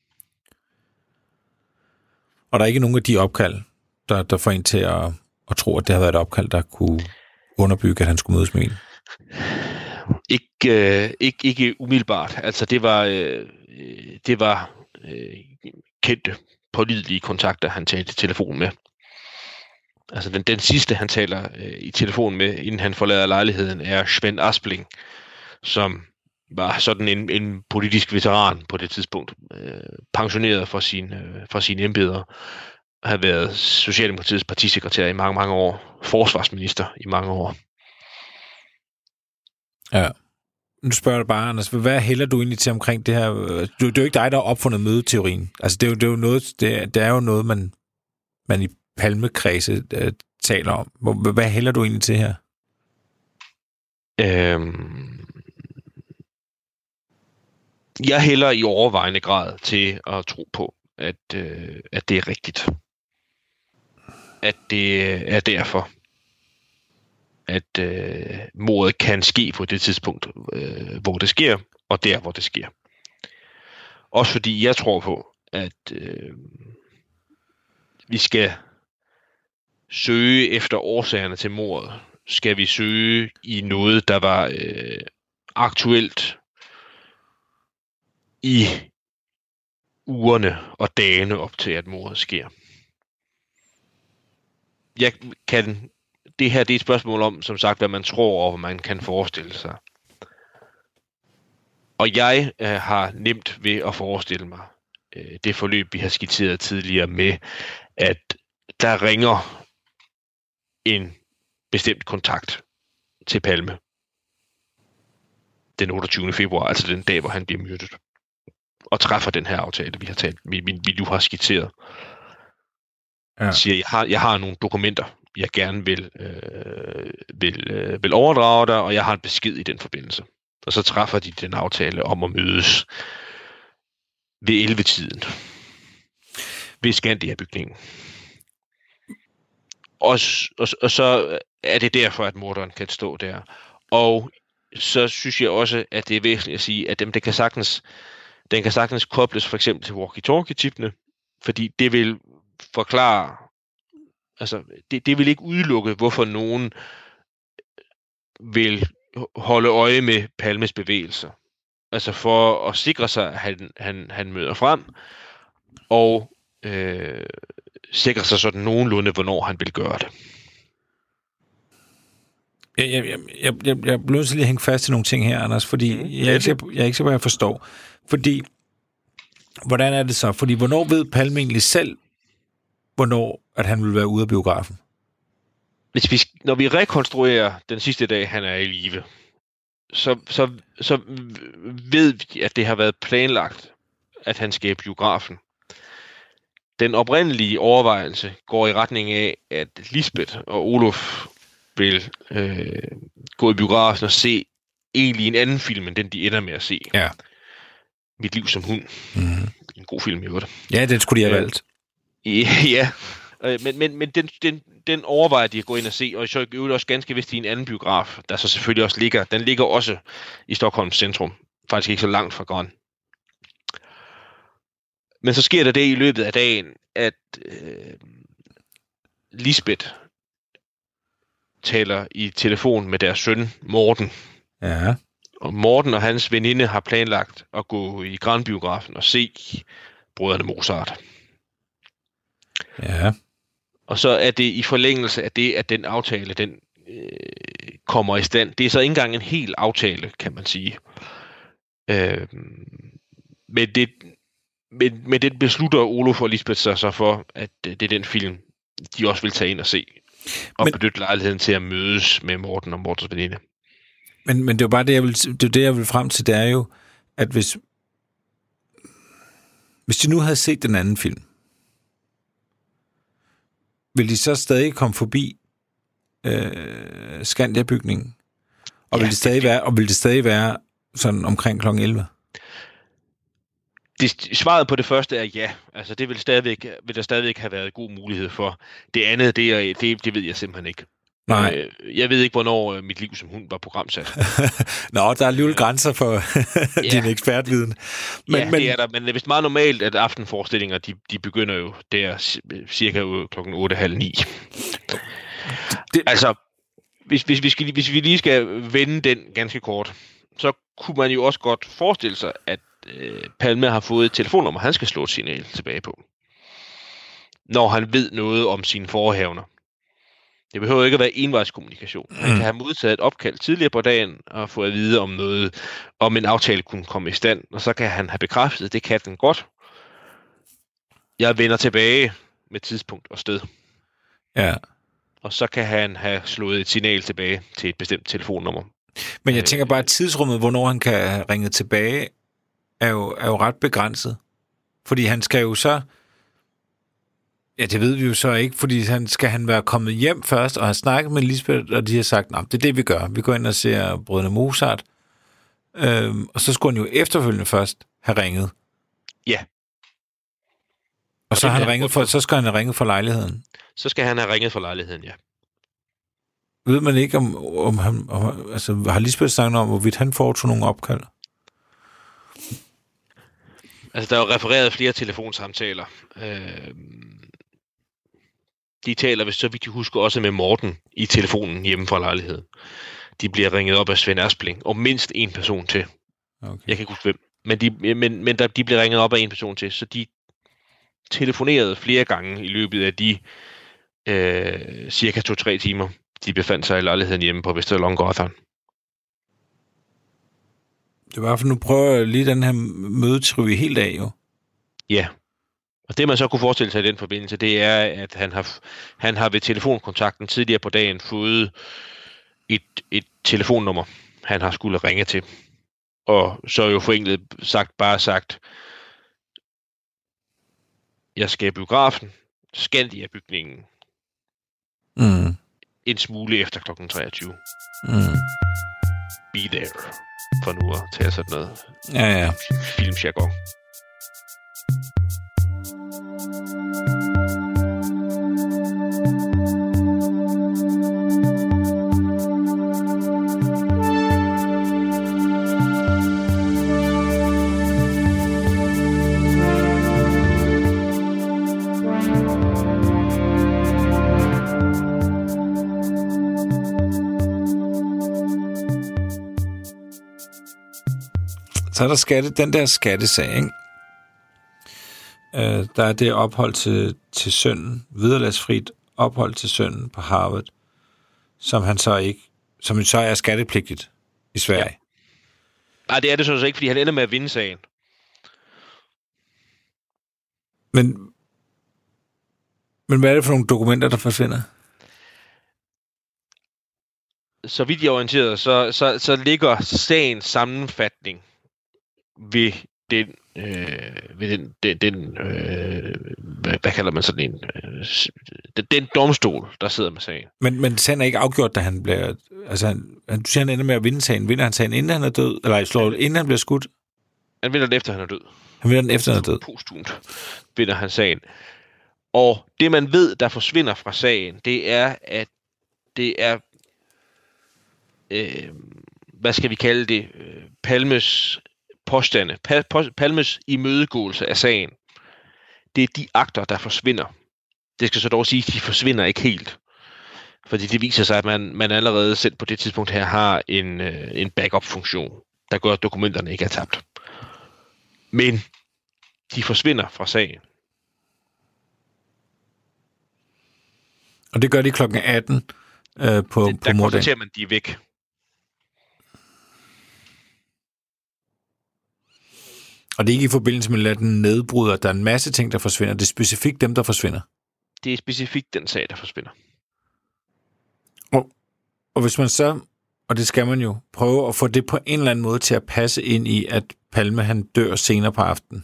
Og der er ikke nogen af de opkald, der, der får en til at, at tro, at det har været et opkald, der kunne underbygge, at han skulle mødes med en? Ikke, øh, ikke, ikke umiddelbart. Altså det var, øh, det var øh, kendte, pålidelige kontakter, han talte i telefon med. Altså den, den sidste, han taler øh, i telefon med, inden han forlader lejligheden, er Svend Aspling, som var sådan en, en politisk veteran på det tidspunkt, øh, pensioneret fra sine øh, fra sine embeder, har været Socialdemokratiets partisekretær i mange, mange år, forsvarsminister i mange år. Ja. Nu spørger jeg bare, Anders, hvad hælder du egentlig til omkring det her? Du, det er jo ikke dig, der har opfundet mødeteorien. Altså, det er jo, det er jo noget, det er, det er jo noget, man, man i Palmekredse uh, taler om. Hvad, hvad hælder du egentlig til her? Øhm, jeg hælder i overvejende grad til at tro på, at, øh, at det er rigtigt. At det er derfor, at øh, mordet kan ske på det tidspunkt, øh, hvor det sker, og der, hvor det sker. Også fordi jeg tror på, at øh, vi skal søge efter årsagerne til mordet. Skal vi søge i noget, der var øh, aktuelt i ugerne og dagene op til, at mordet sker. Jeg kan, det her det er et spørgsmål om, som sagt, hvad man tror og hvad man kan forestille sig. Og jeg øh, har nemt ved at forestille mig øh, det forløb, vi har skitseret tidligere med, at der ringer en bestemt kontakt til Palme den otteogtyvende februar, altså den dag, hvor han bliver myrdet, og træffer den her aftale, vi har talt, vi, vi nu har skitseret. Ja. Siger, jeg har, jeg har nogle dokumenter, jeg gerne vil, øh, vil, øh, vil overdrage dig, og jeg har en besked i den forbindelse. Og så træffer de den aftale om at mødes ved elleve-tiden ved Skandia-bygningen. Og, og, og så er det derfor, at morderen kan stå der. Og så synes jeg også, at det er væsentligt at sige, at dem, der kan sagtens, Den kan sagtens kobles for eksempel til walkie-talkie-chipene, fordi det vil forklare, altså det, det vil ikke udelukke, hvorfor nogen vil holde øje med Palmes bevægelser. Altså for at sikre sig, at han, han, han møder frem, og øh, sikre sig sådan nogenlunde, hvornår han vil gøre det. Jeg, jeg, jeg, jeg, jeg bliver nødt til lige at hænge fast i nogle ting her, Anders, fordi mm, jeg, er ikke, jeg, jeg er ikke sikker, hvad jeg forstår. Fordi, hvordan er det så? Fordi, hvornår ved Palme egentlig selv, hvornår at han vil være ude af biografen? Hvis vi, når vi rekonstruerer den sidste dag, han er i live, så, så, så ved vi, at det har været planlagt, at han skal i biografen. Den oprindelige overvejelse går i retning af, at Lisbeth og Olof vil øh, gå i biografen og se egentlig en anden film, end den de ender med at se. Ja. Mit liv som hund. Mm-hmm. En god film, i øvrigt. Ja, den skulle de have valgt. Ja, ja. Men, men, men den, den, den overvejer de at gå ind og se, og så er det også ganske vist i en anden biograf, der så selvfølgelig også ligger. Den ligger også i Stockholms centrum. Faktisk ikke så langt fra Gran. Men så sker der det i løbet af dagen, at øh, Lisbeth taler i telefon med deres søn, Morten. Ja. Og Morten og hans veninde har planlagt at gå i Gran-biografen og se Brødrene Mozart. Ja. Og så er det i forlængelse af det, at den aftale, den øh, kommer i stand. Det er så ikke engang en hel aftale, kan man sige. Øh, men, det, men, men det beslutter Olof og Lisbeth sig så for, at det er den film, de også vil tage ind og se. Og men, benytte lejligheden til at mødes med Morten og Mortens veninde. Men, men det er jo bare det, jeg vil, det, er det, jeg vil frem til, det er jo, at hvis, hvis de nu havde set den anden film, vil de så stadig komme forbi øh, Skandia-bygningen? Og, ja, vil det stadig være, og vil det stadig være sådan omkring klokken elleve? Det, svaret på det første er ja. Altså det vil, stadigvæk, vil der stadigvæk have været god mulighed for. Det andet, det, er, det, det ved jeg simpelthen ikke. Nej. Jeg ved ikke, hvornår mit liv som hund var programsat. Nå, der er alligevel grænser for ja. din ekspertviden. Men, ja, men, det er der, men det er vist meget normalt, at aftenforestillinger, de, de begynder jo der cirka klokken otte, halv ni. Det, altså, hvis, hvis, vi skal, hvis vi lige skal vende den ganske kort, så kunne man jo også godt forestille sig, at øh, Palme har fået et telefonnummer, han skal slå et signal tilbage på. Når han ved noget om sine forehavner. Det behøver ikke at være envejskommunikation. Man kan have modtaget et opkald tidligere på dagen og få at vide om noget, om en aftale kunne komme i stand, og så kan han have bekræftet, det kan den godt. Jeg vender tilbage med tidspunkt og sted. Ja. Og så kan han have slået et signal tilbage til et bestemt telefonnummer. Men jeg tænker bare, at tidsrummet, hvornår han kan have ringet tilbage, er jo, er jo ret begrænset. Fordi han skal jo så... Ja, det ved vi jo så ikke, fordi han skal han være kommet hjem først og have snakket med Lisbeth, og de har sagt, nej, det er det, vi gør. Vi går ind og ser Brødrene Mozart. Øhm, og så skulle han jo efterfølgende først have ringet. Ja. Og, og så, han ringet for, så skal han have ringet for lejligheden. Så skal han have ringet for lejligheden, ja. Ved man ikke, om, om han... Om, altså, har Lisbeth snakket om, hvorvidt han foretog nogle opkald? Altså, der er jo refereret flere telefonsamtaler. Øh... De taler, hvis så vidt jeg husker, også med Morten i telefonen hjemme fra lejligheden. De bliver ringet op af Svend Aspling, og mindst en person til. Okay. Jeg kan ikke huske hvem. Men, de, men, men der, de bliver ringet op af en person til, så de telefonerede flere gange i løbet af de øh, cirka to-tre timer, de befandt sig i lejligheden hjemme på Vesterlånggatan. Det var for nu prøver jeg lige den her mødeteori helt af, jo. Ja. Og det, man så kunne forestille sig i den forbindelse, det er, at han har, han har ved telefonkontakten tidligere på dagen fået et, et telefonnummer, han har skulle ringe til. Og så jo forenklet sagt, bare sagt, jeg skal i biografen, Skandia-bygningen, mm. en smule efter klokken treogtyve. Mm. Be there, for nu at tage sådan noget ja, ja. filmjargon. Så er der skatte, den der skattesag, ikke? Øh, der er det ophold til, til sønnen, vederlagsfrit ophold til sønnen på Harvard, som han så ikke, som så er skattepligtigt i Sverige. Ja. Nej, det er det sådan set ikke, fordi han ender med at vinde sagen. Men, men hvad er det for nogle dokumenter, der forsvinder? Så vidt jeg er orienteret, så, så, så ligger sagens sammenfatning ved den, øh, ved den, den, den øh, hvad, hvad kalder man sådan en, øh, den, den domstol, der sidder med sagen. Men, men sagen er ikke afgjort, da han bliver, altså han, han, du siger, han ender med at vinde sagen. Vinder han sagen, inden han er død? Eller slår ja. inden han bliver skudt? Han vinder den efter, han er død. Han vinder den efter, han er død? Posthumt vinder han sagen. Og det, man ved, der forsvinder fra sagen, det er, at det er øh, hvad skal vi kalde det, Palmes påstande, Palmes imødegåelse af sagen. Det er de akter, der forsvinder. Det skal så dog sige, at de forsvinder ikke helt. Fordi det viser sig, at man, man allerede selv på det tidspunkt her har en, en backup-funktion, der gør, at dokumenterne ikke er tabt. Men de forsvinder fra sagen. Og det gør de klokken atten øh, på, det, på der mordagen. konstaterer man, at de er væk. Og det er ikke i forbindelse med den nedbryder. Der er en masse ting, der forsvinder. Det er specifikt dem, der forsvinder. Det er specifikt den sag, der forsvinder. Og, og hvis man så, og det skal man jo, prøve at få det på en eller anden måde til at passe ind i, at Palme han dør senere på aftenen.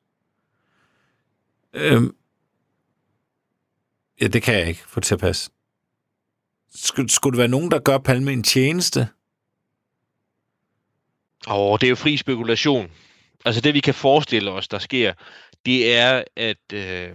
Øhm, ja, det kan jeg ikke få til at passe. Skulle, skulle det være nogen, der gør Palme en tjeneste? Åh, det er jo fri spekulation. Altså det, vi kan forestille os, der sker, det er, at øh,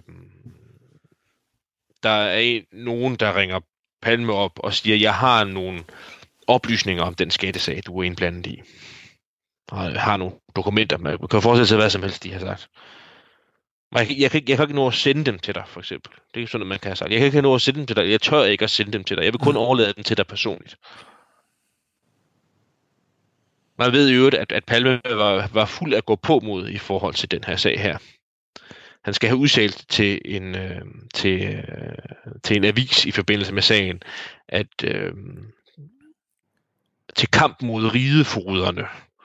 der er en, nogen, der ringer Palme op og siger, jeg har nogle oplysninger om den skattesag, du er indblandet i. Og jeg har nogle dokumenter, man kan forestille sig, hvad som helst, de har sagt. Jeg, jeg, jeg, kan, jeg kan ikke nå at sende dem til dig, for eksempel. Det er sådan, at man kan have sagt. Jeg kan ikke nå at sende dem til dig. Jeg tør ikke at sende dem til dig. Jeg vil kun overlade dem til dig personligt. Man ved jo, at, at Palme var, var fuld at gå på mod i forhold til den her sag her. Han skal have udtalt til en, øh, til, øh, til en avis i forbindelse med sagen, at øh, til kamp mod ridefoderne.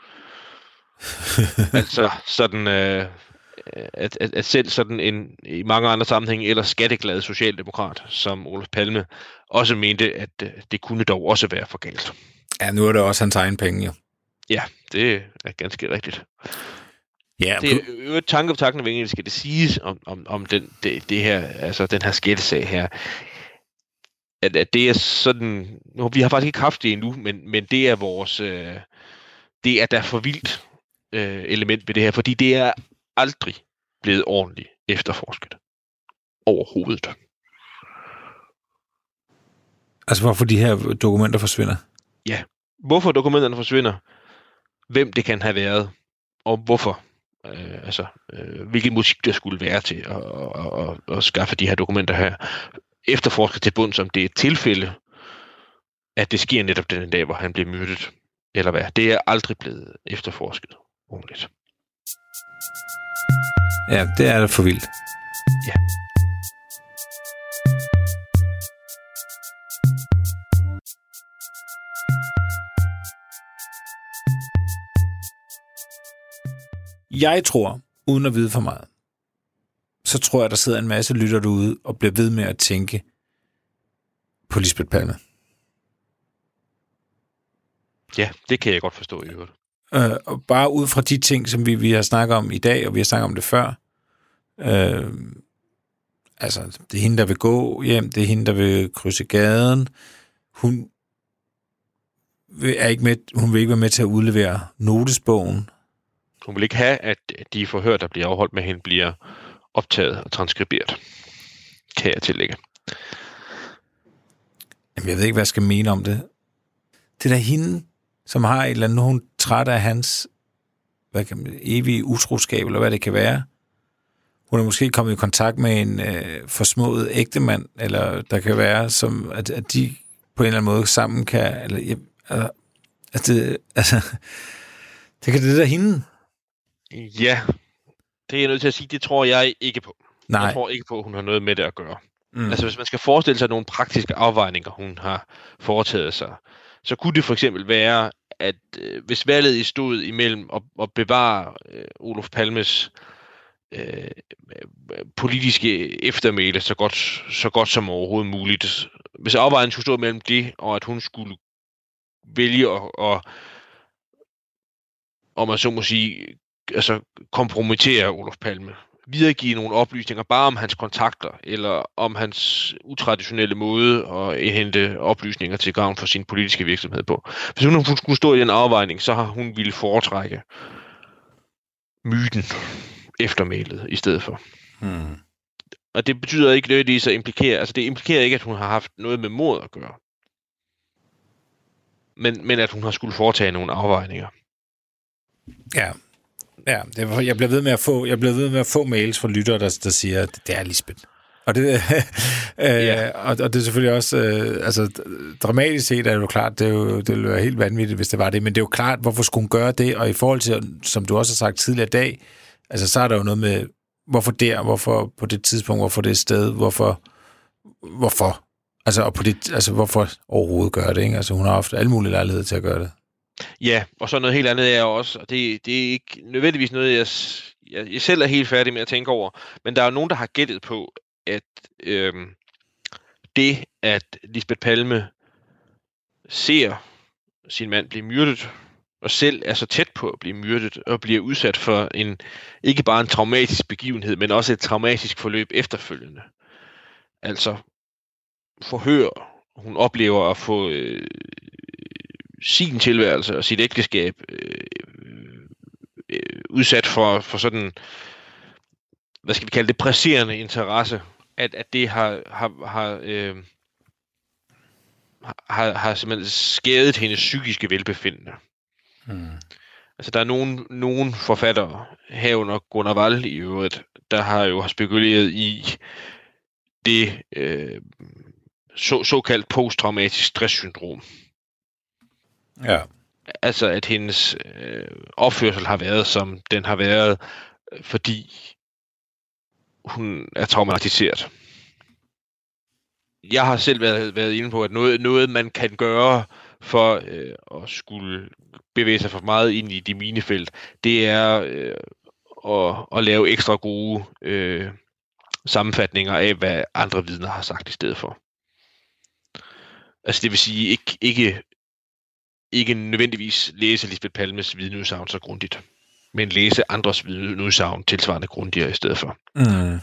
altså sådan, øh, at, at, at selv sådan en, i mange andre sammenhænge, eller skatteglad socialdemokrat, som Olof Palme, også mente, at øh, det kunne dog også være for galt. Ja, nu er det også hans egen penge, jo. Ja, det er ganske rigtigt. Ja, det er jo et tankeoptagende, hvad skal det siges om, om, om den, det, det her, altså den her skattesag her. At, at det er sådan, nu, vi har faktisk ikke haft det endnu, men, men det er vores, øh, det er der for vildt øh, element ved det her, fordi det er aldrig blevet ordentligt efterforsket. Overhovedet. Altså hvorfor de her dokumenter forsvinder? Ja, hvorfor dokumenterne forsvinder, hvem det kan have været, og hvorfor. Øh, altså, øh, hvilket motiv der skulle være til at, at, at, at skaffe de her dokumenter her. Efterforsker til bunds, om det er et tilfælde, at det sker netop den dag, hvor han bliver myrdet, eller hvad. Det er aldrig blevet efterforsket ordentligt. Ja, det er da for vildt. Ja. Jeg tror, uden at vide for meget, så tror jeg, der sidder en masse lytter derude og bliver ved med at tænke på Lisbeth Palme. Ja, det kan jeg godt forstå i øvrigt. Øh, og bare ud fra de ting, som vi, vi har snakket om i dag, og vi har snakket om det før. Øh, altså, det er hende, der vil gå hjem, det er hende, der vil krydse gaden. Hun vil, er ikke med, hun vil ikke være med til at udlevere notesbogen. Hun vil ikke have, at de forhør, der bliver afholdt med hende, bliver optaget og transkriberet. Kan jeg tillægge. Jamen, jeg ved ikke, hvad jeg skal mene om det. Det er da hende, som har et eller andet, hun er træt af hans hvad kan man, evige utroskab, eller hvad det kan være. Hun er måske kommet i kontakt med en øh, forsmået ægtemand, eller der kan være, som, at, at de på en eller anden måde sammen kan... Eller, ja, altså, det, altså, det kan det der hende. Ja, det er jeg nødt til at sige, det tror jeg ikke på. Nej. Jeg tror ikke på, at hun har noget med det at gøre. Mm. Altså, hvis man skal forestille sig nogle praktiske afvejninger, hun har foretaget sig, så kunne det for eksempel være, at øh, hvis valget stod imellem at, at bevare øh, Olof Palmes øh, politiske eftermæle så godt, så godt som overhovedet muligt. Hvis afvejningen skulle stå mellem det, og at hun skulle vælge at, at om man så må sige, altså kompromittere Olof Palme, videregive nogle oplysninger bare om hans kontakter, eller om hans utraditionelle måde at indhente oplysninger til gavn for sin politiske virksomhed på. Hvis hun skulle stå i den afvejning, så har hun ville foretrække myten, eftermælet, i stedet for. Hmm. Og det betyder ikke nødvendigvis at implikere, altså det implikerer ikke, at hun har haft noget med mord at gøre. Men, men at hun har skulle foretage nogle afvejninger. Ja. Ja, det var, jeg bliver ved med at få, jeg bliver ved med at få mails fra lyttere, der, der siger, at det er Lisbeth. Og det, øh, ja. og, og det er selvfølgelig også, øh, altså dramatisk set er det jo klart, det, er jo, det ville være helt vanvittigt, hvis det var det, men det er jo klart, hvorfor skulle hun gøre det, og i forhold til, som du også har sagt tidligere i dag, altså så er der jo noget med, hvorfor der, hvorfor på det tidspunkt, hvorfor det sted, hvorfor, hvorfor, altså, og på det, altså hvorfor overhovedet gøre det, ikke? Altså hun har haft alle mulige lejligheder til at gøre det. Ja, og så noget helt andet er også, og det, det er ikke nødvendigvis noget, jeg, jeg, jeg selv er helt færdig med at tænke over, men der er jo nogen, der har gættet på, at øhm, det, at Lisbeth Palme ser sin mand blive myrdet, og selv er så tæt på at blive myrdet, og bliver udsat for en ikke bare en traumatisk begivenhed, men også et traumatisk forløb efterfølgende. Altså forhør, hun oplever at få øh, sin tilværelse og sit ægteskab øh, øh, udsat for, for sådan, hvad skal vi kalde det, presserende interesse, at, at det har, har, har, øh, har, har simpelthen skadet hendes psykiske velbefindende. Hmm. Altså der er nogen, nogen forfattere, herunder Gunnar Wall i øvrigt, der har jo spekuleret i det øh, så, såkaldt posttraumatisk stresssyndrom. Ja. Altså at hendes øh, opførsel har været, som den har været, fordi hun er traumatiseret. Jeg har selv været, været inde på, at noget, noget man kan gøre for øh, at skulle bevæge sig for meget ind i det minefelt, det er øh, at, at lave ekstra gode øh, sammenfatninger af, hvad andre vidner har sagt i stedet for. Altså det vil sige, ikke, ikke, ikke nødvendigvis læse Lisbeth Palmes vidneudsagn så grundigt, men læse andres vidneudsagn tilsvarende grundigere i stedet for. Mm.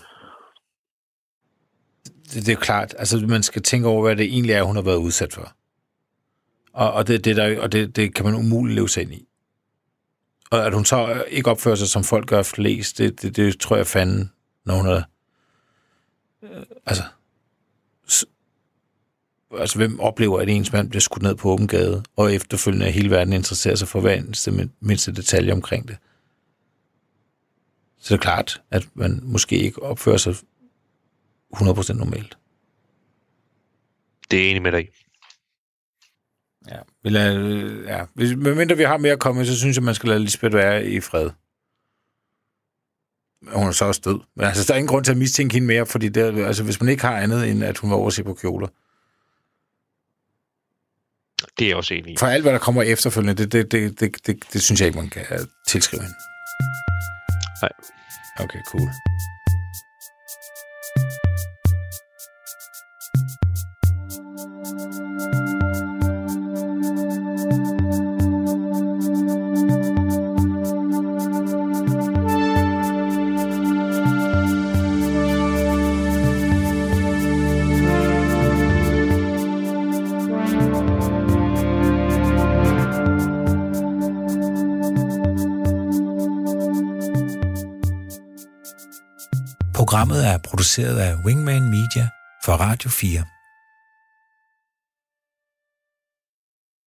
Det, det er jo klart, altså man skal tænke over, hvad det egentlig er, hun har været udsat for. Og, og, det, det, der, og det, det kan man umuligt leve sig ind i. Og at hun så ikke opfører sig, som folk gør flest, det, det, det tror jeg fanden, når hun er... Øh, altså... S- altså, hvem oplever, at ens mand bliver skudt ned på åben gade, og efterfølgende er hele verden interesserer sig for hver eneste mindste detalje omkring det. Så det er klart, at man måske ikke opfører sig hundrede procent normalt. Det er jeg enig med dig i. Ja, vi lader, ja. Hvis, medmindre vi har mere at komme, så synes jeg, man skal lade Lisbeth være i fred. Hun er så også død. Men altså, der er ingen grund til at mistænke hende mere, fordi det, altså, hvis man ikke har andet, end at hun var overset på kjoler. Det er jeg også enig i. For alt, hvad der kommer efterfølgende, det, det, det, det, det, det synes jeg ikke, man kan tilskrive hende. Nej. Okay, cool. Programmet er produceret af Wingman Media for Radio fire.